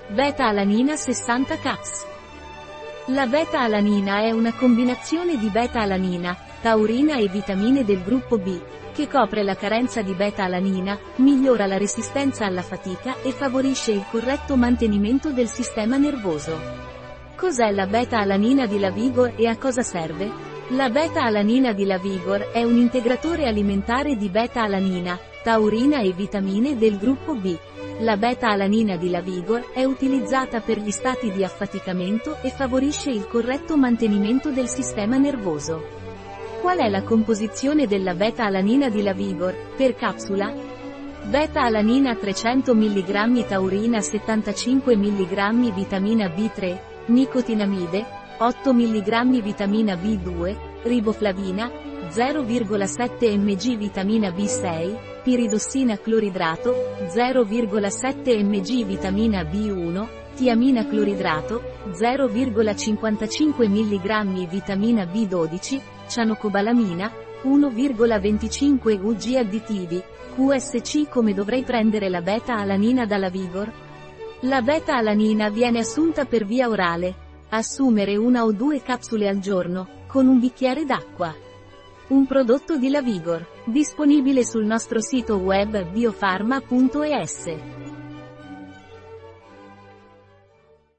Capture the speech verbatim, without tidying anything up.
Beta-alanina sessanta caps. La beta-alanina è una combinazione di beta-alanina, taurina e vitamine del gruppo B, che copre la carenza di beta-alanina, migliora la resistenza alla fatica e favorisce il corretto mantenimento del sistema nervoso. Cos'è la beta-alanina di Lavigor e a cosa serve? La beta-alanina di Lavigor è un integratore alimentare di beta-alanina, taurina e vitamine del gruppo B. La beta-alanina di Lavigor è utilizzata per gli stati di affaticamento e favorisce il corretto mantenimento del sistema nervoso. Qual è la composizione della beta-alanina di Lavigor, per capsula? Beta-alanina trecento milligrammi, taurina settantacinque milligrammi, vitamina B tre, nicotinamide, otto milligrammi, vitamina B due, riboflavina, zero virgola sette milligrammi, vitamina B sei, piridossina cloridrato, zero virgola sette milligrammi, vitamina B uno, tiamina cloridrato, zero virgola cinquantacinque milligrammi, vitamina B dodici, cianocobalamina, uno virgola venticinque milligrammi additivi, Q S C. Come dovrei prendere la beta-alanina da Lavigor? La beta-alanina viene assunta per via orale. Assumere una o due capsule al giorno, con un bicchiere d'acqua. Un prodotto di Lavigor, disponibile sul nostro sito web biofarma punto es.